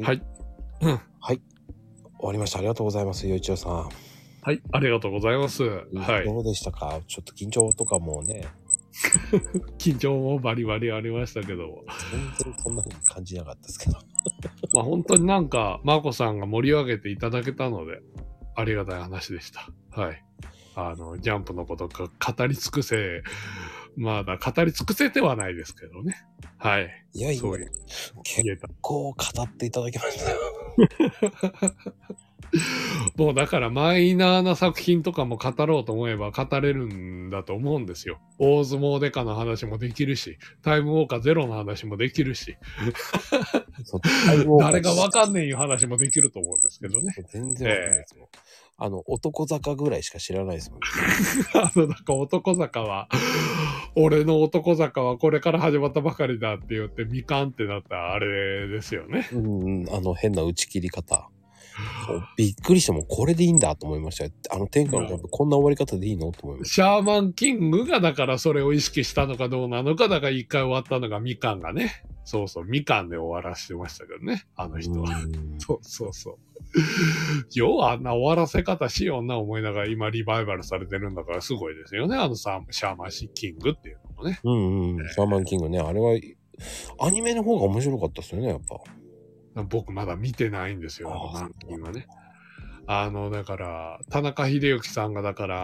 はい。うん。 はい。終わりました。ありがとうございます。よいちろさん。 はい。ありがとうございます。はい。 どうでしたか？ちょっと緊張とかもね。 緊張もバリバリありましたけど。 全然そんな風に感じなかったですけど。 まあ本当になんか、マコさんが盛り上げていただけたので、ありがたい話でした。はい。ジャンプのことか語り尽くせ、まだ語り尽くせてはないですけどね。はい。 いやいや、 そういう。 結構語っていただきましたよ。 もうだからマイナーな作品とかも語ろうと思えば語れるんだと思うんですよ。大相撲デカの話もできるし、タイムウォーカーゼロの話もできるし、誰がわかんねえいう話もできると思うんですけどね。 全然わかんないですよ。男坂ぐらいしか知らないですもんね。 だから男坂は、俺の男坂はこれから始まったばかりだって言ってみかんってなったあれですよね。 変な打ち切り方。びっくりしてもこれでいいんだと思いましたよ。天下のジャンプこんな終わり方でいいのと思いました。 シャーマンキングがだからそれを意識したのかどうなのか、だから一回終わったのがみかんがね。そうそう、みかんで終わらしてましたけどね、あの人は。そうそうそう。要はあんな終わらせ方しような思いながら今リバイバルされてるんだからすごいですよね。シャーマンキングっていうのもね。 シャーマンキングね。あれは、アニメの方が面白かったですよね、やっぱ。 僕まだ見てないんですよ、マンキンはね。だから、田中秀幸さんがだから、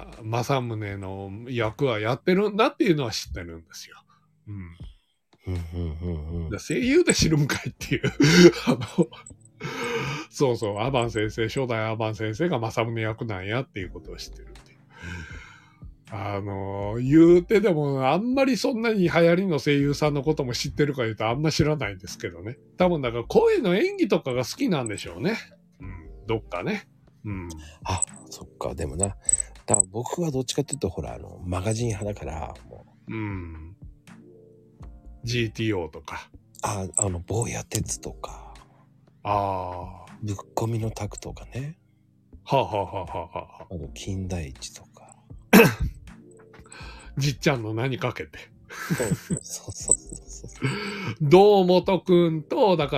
政宗の役はやってるんだっていうのは知ってるんですよ。声優で知るんかいっていう。そうそう、アバン先生、初代アバン先生が政宗役なんやっていうことを知ってるっていう。言うてでも、あんまりそんなに流行りの声優さんのことも知ってるか言うとあんま知らないんですけどね。多分だから声の演技とかが好きなんでしょうね。どっかね。 そっか、でもな。だから僕はどっちかっていうと、ほら、マガジン派だから、もう。GTO とか。 坊や鉄とか。ぶっ込みのタクとかね。金田一とか。 じっちゃんの何かけて。 そう。 堂本くんと、だから、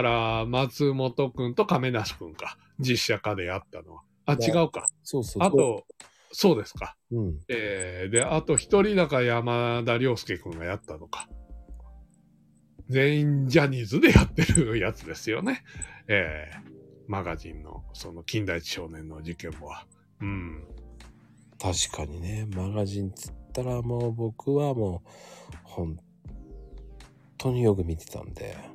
松本くんと亀梨くんか。実写化でやったのは。違うか。 そう。 あと、そうですか。 で、 あと一人だから山田涼介くんがやったのか。全員ジャニーズでやってるやつですよね。マガジンの、その金田一少年の事件は。 確かにね、マガジンつったらもう僕はもう、本当によく見てたんで。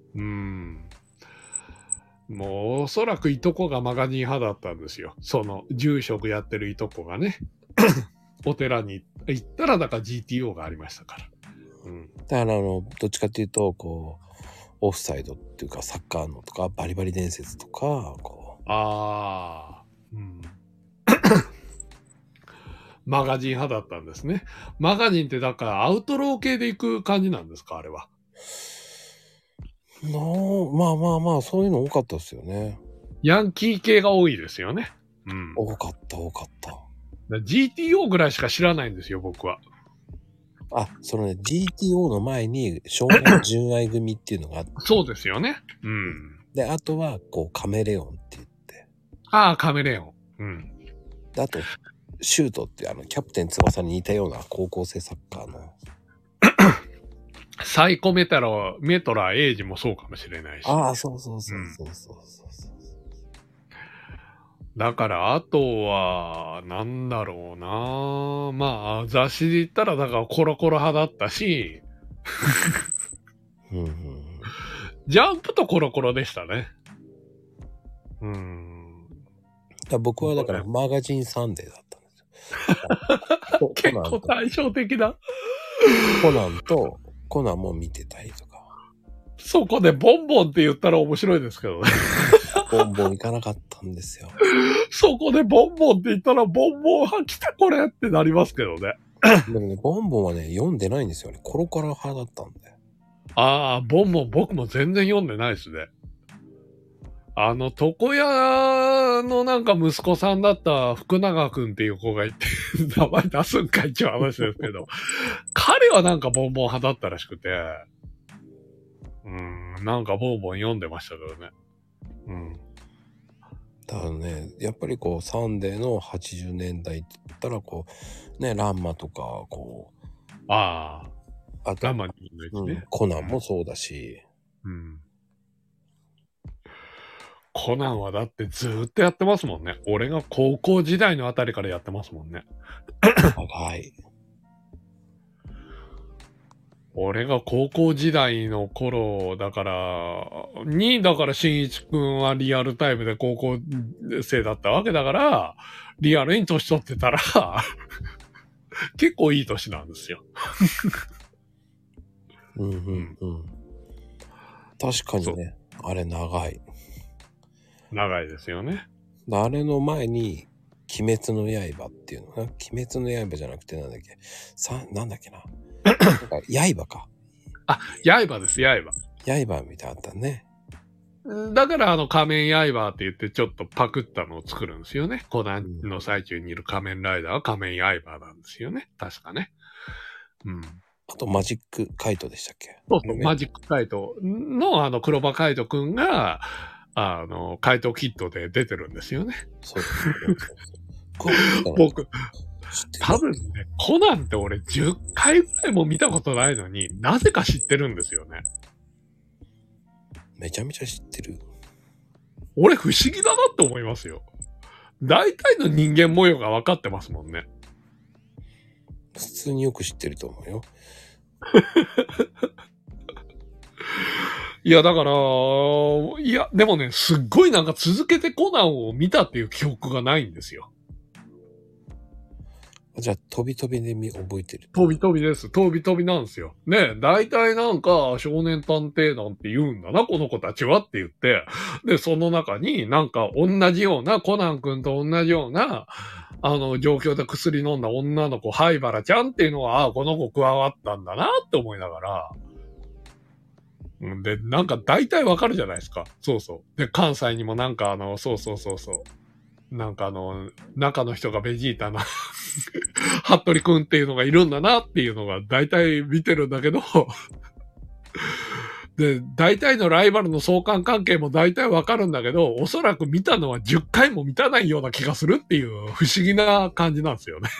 もうおそらくいとこがマガジン派だったんですよ。その住職やってるいとこがね。お寺に行ったらだから GTO がありましたから。 だからどっちかっていうと、こう、オフサイドっていうかサッカーのとか、バリバリ伝説とか、こう。 マガジン派だったんですね。マガジンってだからアウトロー系で行く感じなんですか、あれは。 まあ、そういうの多かったですよね。 ヤンキー系が多いですよね。 多かった。 GTO ぐらいしか知らないんですよ、僕は。 そのね、GTO の前に少年純愛組っていうのがあって。 そうですよね。 で、あとは、こう、カメレオンって言って。 カメレオン。 で、あと、シュートってキャプテン翼に似たような高校生サッカーの。 サイコメトラエイジもそうかもしれないし。 そう。 だから、あとは、なんだろうな。まあ、雑誌で言ったら、だからコロコロ派だったし、ジャンプとコロコロでしたね。 僕はだからマガジンサンデーだったんですよ。 結構対照的だ。 コナンも見てたりとか。 そこでボンボンって言ったら面白いですけどね。 ボンボン行かなかったんですよ。 そこでボンボンって言ったらボンボン来たこれってなりますけどね。 でもね、ボンボンはね、読んでないんですよね。コロコロ派だったんで。 ボンボン僕も全然読んでないですね。床屋のなんか息子さんだった福永くんっていう子がいて、名前出すんか一応話ですけど、彼はなんかボンボン派だったらしくて、なんかボンボン読んでましたけどね。 うん。 だからね、やっぱりこう、サンデーの80年代って言ったら、こう、ね、ランマとか、こう、 ああ、 あと、 ラマ2分の1ね。 コナンもそうだし、 うん。コナンはだってずーっとやってますもんね。俺が高校時代のあたりからやってますもんね。 はい。 俺が高校時代の頃だから、だから新一くんはリアルタイムで高校生だったわけだから、リアルに年取ってたら、結構いい年なんですよ。 うんうんうん。確かにね、あれ長い。 長いですよね。 あれの前に、鬼滅の刃っていうのかな。鬼滅の刃じゃなくてなんだっけ。なんだっけな。なんか刃か。 あ、刃です、刃。 刃みたいなのあったね。 だから仮面刃って言ってちょっとパクったのを作るんですよね。コナンの最中にいる仮面ライダーは仮面刃なんですよね。確かね。うん。 あとマジックカイトでしたっけ？ そうそう、マジックカイトの黒羽カイトくんが、カイトキットで出てるんですよね。 そう。 僕、多分ね、コナンって俺10回ぐらいも見たことないのになぜか知ってるんですよね。 めちゃめちゃ知ってる。 俺不思議だなって思いますよ。大体の人間模様が分かってますもんね。 普通によく知ってると思うよ。 いや、だから、いや、でもね、すっごいなんか続けてコナンを見たっていう記憶がないんですよ。 じゃあ、飛び飛びで覚えてる。 飛び飛びです。飛び飛びなんですよ。ね、大体なんか少年探偵なんて言うんだな、この子たちはって言って。で、その中になんか同じような、コナン君と同じような、状況で薬飲んだ女の子、灰原ちゃんっていうのは、この子加わったんだなって思いながら。で、なんか大体わかるじゃないですか。そうそう。で、関西にもなんかそうそうそうそう。なんか中の人がベジータの服部くんっていうのがいるんだなっていうのが大体見てるんだけどで、大体のライバルの相関関係も大体わかるんだけど、おそらく見たのは10回も満たないような気がするっていう不思議な感じなんですよね。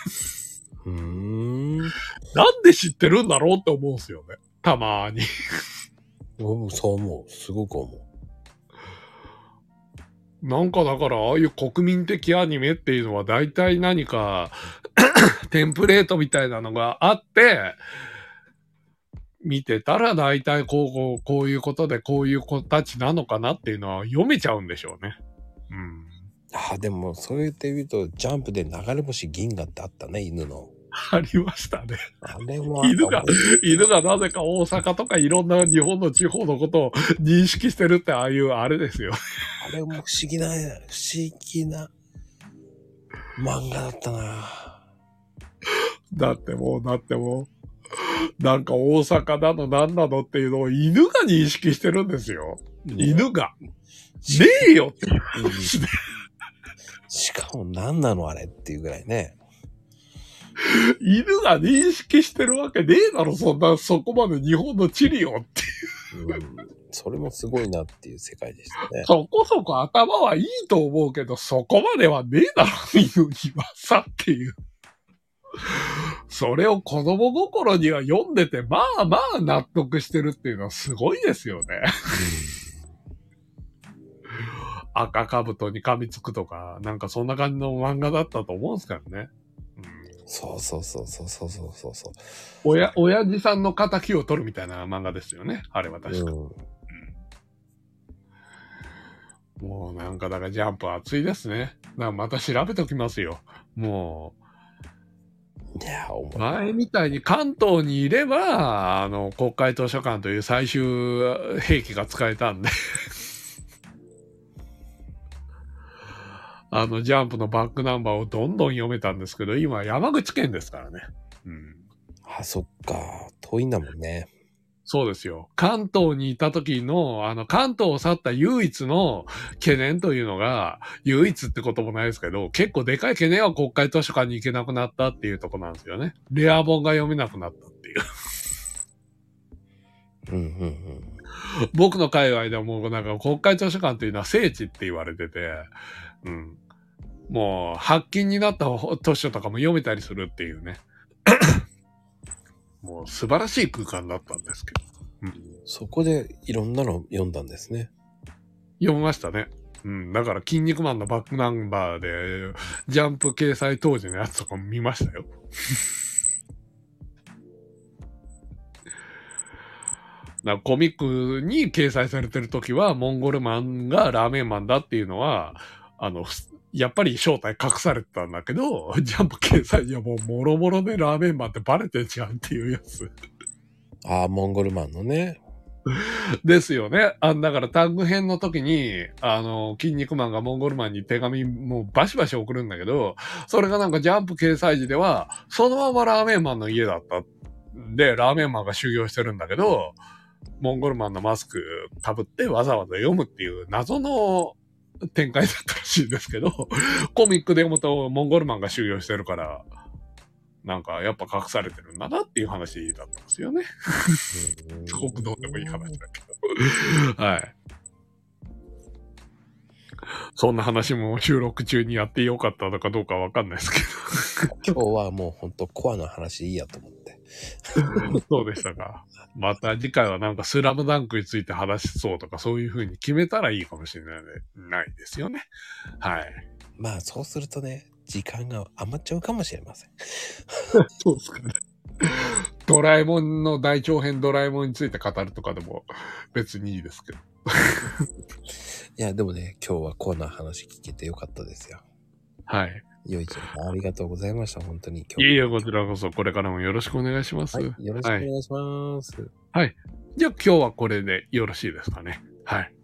なんで知ってるんだろうって思うんですよね。たまーに。 そう思う。すごく思う。 なんかだからああいう国民的アニメっていうのは大体何かテンプレートみたいなのがあって見てたら大体こういうことでこういう子たちなのかなっていうのは読めちゃうんでしょうね。うん。 でもそう言って言うとジャンプで流れ星銀河ってあったね、犬の。 ありましたね。 あれは犬がなぜか大阪とかいろんな日本の地方のことを認識してるってああいうあれですよ。 あれも不思議な漫画だったな。 だってもう、なんか大阪なの何なのっていうのを犬が認識してるんですよ。犬が。ねえよっていう話で。 しかも何なのあれっていうぐらいね。 犬が認識してるわけねえだろ、そこまで日本の地理をっていう。 それもすごいなっていう世界でしたね。 そこそこ頭はいいと思うけど、そこまではねえだろ、犬にはさっていう。それを子供心には読んでて、まあまあ納得してるっていうのはすごいですよね。赤兜に噛みつくとか、なんかそんな感じの漫画だったと思うんですからね。 そう。 親父さんの仇を取るみたいな漫画ですよね。あれは確か。もうなんかだからジャンプ熱いですね。また調べておきますよ。もう。前みたいに関東にいれば、国会図書館という最終兵器が使えたんで。ジャンプのバックナンバーをどんどん読めたんですけど、今山口県ですからね。 そっか。遠いんだもんね。 そうですよ。関東にいた時の、関東を去った唯一の懸念というのが、唯一ってこともないですけど、結構でかい懸念は国会図書館に行けなくなったっていうとこなんですよね。レア本が読めなくなったっていう。 僕の界隈ではもうなんか国会図書館というのは聖地って言われてて、うん。もう、発禁になった図書とかも読めたりするっていうね。もう素晴らしい空間だったんですけど。うん、 そこでいろんなの読んだんですね。 読みましたね。うん。だから、筋肉マンのバックナンバーで、ジャンプ掲載当時のやつとかも見ましたよ。コミックに掲載されてるときは、モンゴルマンがラーメンマンだっていうのは、やっぱり正体隠されてたんだけど、ジャンプ掲載じゃもうもろもろでラーメンマンってバレてんじゃんっていうやつ。 ああ、モンゴルマンのね。 ですよね。だからタッグ編の時に、筋肉マンがモンゴルマンに手紙もうバシバシ送るんだけど、それがなんかジャンプ掲載時では、そのままラーメンマンの家だった。で、ラーメンマンが修行してるんだけど、モンゴルマンのマスク被ってわざわざ読むっていう謎の展開だったらしいんですけど、コミックで読むとモンゴルマンが修行してるから、なんかやっぱ隠されてるんだなっていう話だったんですよね。すごくどうでもいい話だけど。はい。そんな話も収録中にやってよかったのかどうかわかんないですけど。今日はもうほんとコアな話いいやと思って。 そうでしたか。また次回はなんかスラムダンクについて話しそうとかそういう風に決めたらいいかもしれないですよね。はい。 まあそうするとね、時間が余っちゃうかもしれません。 そうですかね。ドラえもんの大長編ドラえもんについて語るとかでも別にいいですけど。 いや、でもね、今日はコアな話聞けてよかったですよ。 はい。 よいちゃん、ありがとうございました。本当に今日。いえいえ、こちらこそこれからもよろしくお願いします。 はい、よろしくお願いします。 はい。じゃあ今日はこれでよろしいですかね。はい。